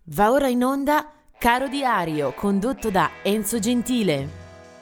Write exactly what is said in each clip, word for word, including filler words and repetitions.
Va ora in onda Caro Diario, condotto da Enzo Gentile.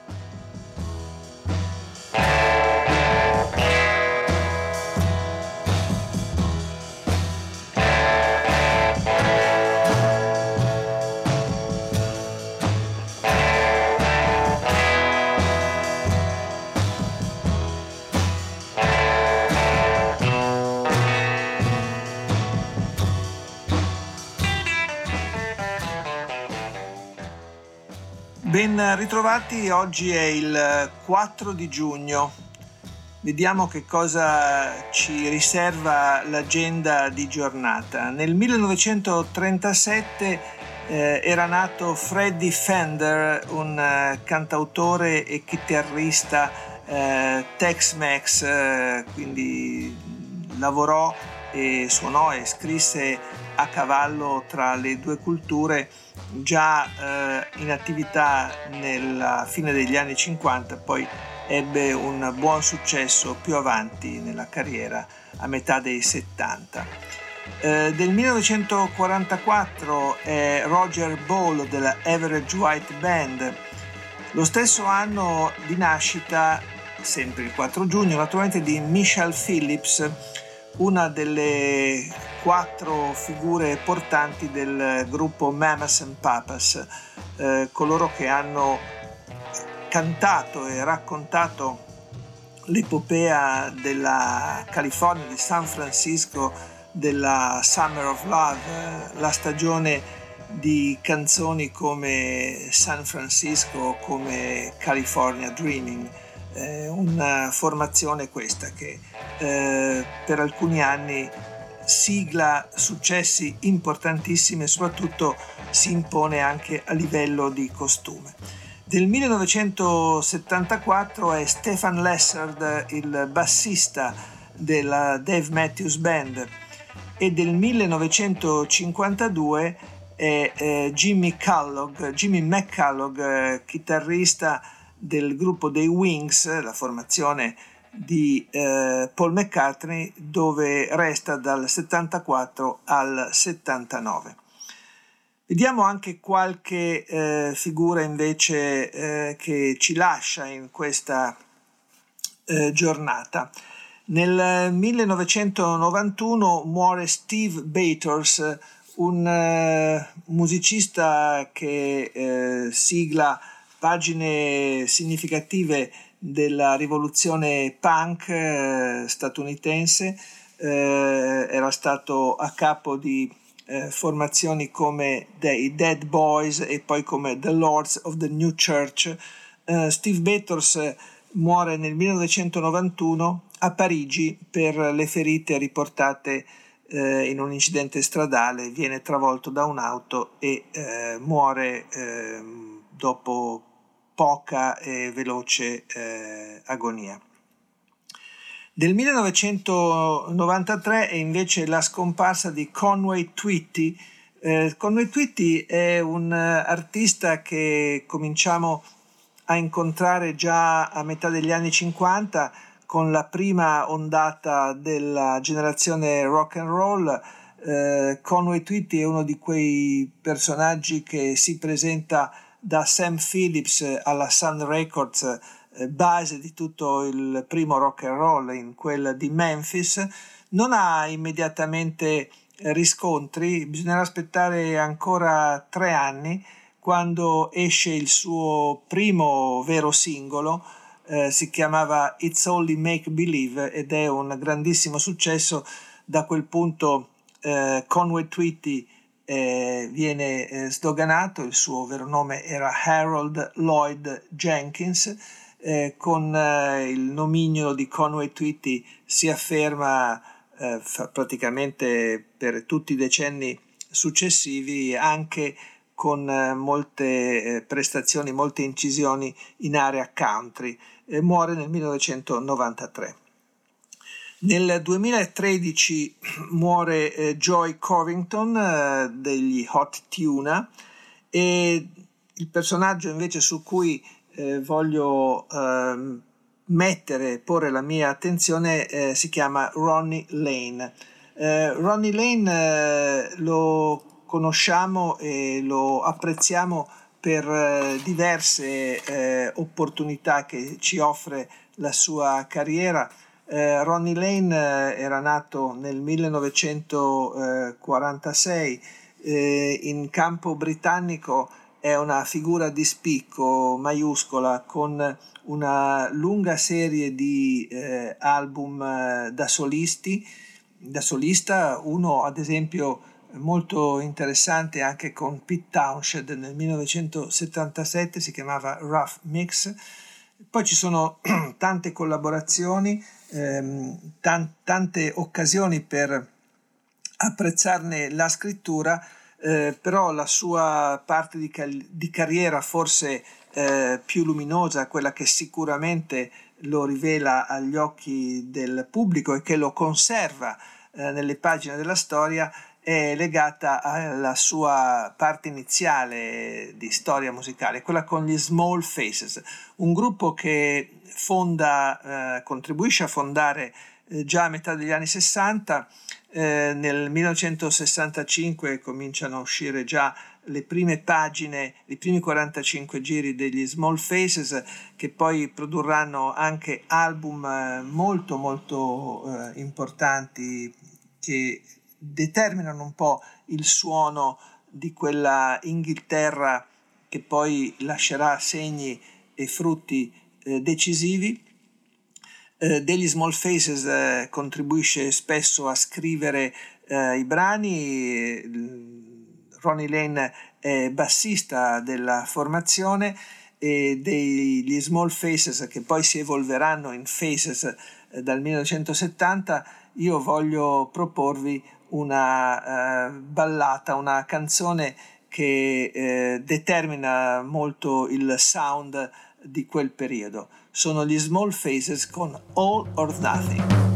Ben ritrovati, oggi è il quattro di giugno. Vediamo che cosa ci riserva l'agenda di giornata. Nel millenovecentotrentasette eh, era nato Freddie Fender, un uh, cantautore e chitarrista eh, Tex-Mex, eh, quindi lavorò e suonò e scrisse a cavallo tra le due culture, già eh, in attività nella fine degli anni cinquanta, poi ebbe un buon successo più avanti nella carriera a metà dei settanta. Eh, del millenovecentoquarantaquattro è Roger Ball della Average White Band. Lo stesso anno di nascita, sempre il quattro giugno, naturalmente, di Michelle Phillips, una delle quattro figure portanti del gruppo Mamas and Papas, eh, coloro che hanno cantato e raccontato l'epopea della California, di San Francisco, della Summer of Love, eh, la stagione di canzoni come San Francisco, come California Dreaming. Eh, una formazione questa che eh, per alcuni anni sigla successi importantissimi e soprattutto si impone anche a livello di costume. Del millenovecentosettantaquattro è Stefan Lessard, il bassista della Dave Matthews Band, e del millenovecentocinquantadue è eh, Jimmy Kellogg, Jimmy McCullough, eh, chitarrista del gruppo dei Wings, la formazione di eh, Paul McCartney, dove resta dal settantaquattro al settantanove. Vediamo anche qualche eh, figura invece eh, che ci lascia in questa eh, giornata. Nel millenovecentonovantuno muore Steve Bators, un eh, musicista che eh, sigla pagine significative della rivoluzione punk eh, statunitense. Eh, era stato a capo di eh, formazioni come i Dead Boys e poi come The Lords of the New Church. Eh, Steve Bators muore nel millenovecentonovantuno a Parigi per le ferite riportate eh, in un incidente stradale. Viene travolto da un'auto e eh, muore eh, dopo poca e veloce eh, agonia. Del millenovecentonovantatré è invece la scomparsa di Conway Twitty. Eh, Conway Twitty è un artista che cominciamo a incontrare già a metà degli anni cinquanta con la prima ondata della generazione rock and roll. Eh, Conway Twitty è uno di quei personaggi che si presenta da Sam Phillips alla Sun Records, eh, base di tutto il primo rock and roll, in quel di Memphis. Non ha immediatamente riscontri, bisognerà aspettare ancora tre anni quando esce il suo primo vero singolo. Eh, si chiamava It's Only Make Believe ed è un grandissimo successo. Da quel punto eh, Conway Twitty Eh, viene eh, sdoganato. Il suo vero nome era Harold Lloyd Jenkins. Eh, con eh, il nomignolo di Conway Twitty si afferma eh, fa, praticamente per tutti i decenni successivi, anche con eh, molte eh, prestazioni, molte incisioni in area country. Eh, muore nel millenovecentonovantatré. Nel duemilatredici muore eh, Joy Covington eh, degli Hot Tuna, e il personaggio invece su cui eh, voglio eh, mettere, porre la mia attenzione eh, si chiama Ronnie Lane. Eh, Ronnie Lane eh, lo conosciamo e lo apprezziamo per eh, diverse eh, opportunità che ci offre la sua carriera. Eh, Ronnie Lane eh, era nato nel millenovecentoquarantasei, eh, in campo britannico è una figura di spicco maiuscola, con una lunga serie di eh, album eh, da solisti, da solista, uno ad esempio molto interessante anche con Pete Townshend nel millenovecentosettantasette, si chiamava Rough Mix. Poi ci sono tante collaborazioni, ehm, tan- tante occasioni per apprezzarne la scrittura, eh, però la sua parte di, cal- di carriera forse eh, più luminosa, quella che sicuramente lo rivela agli occhi del pubblico e che lo conserva eh, nelle pagine della storia, è legata alla sua parte iniziale di storia musicale, quella con gli Small Faces, un gruppo che fonda, eh, contribuisce a fondare eh, già a metà degli anni sessanta. Eh, nel millenovecentosessantacinque cominciano a uscire già le prime pagine, i primi quarantacinque giri degli Small Faces, che poi produrranno anche album eh, molto molto eh, importanti che determinano un po' il suono di quella Inghilterra che poi lascerà segni e frutti eh, decisivi. Eh, degli Small Faces eh, contribuisce spesso a scrivere eh, i brani. Ronnie Lane è bassista della formazione, e degli Small Faces, che poi si evolveranno in Faces eh, dal millenovecentosettanta, io voglio proporvi una eh, ballata, una canzone che eh, determina molto il sound di quel periodo. Sono gli Small Faces con All or Nothing.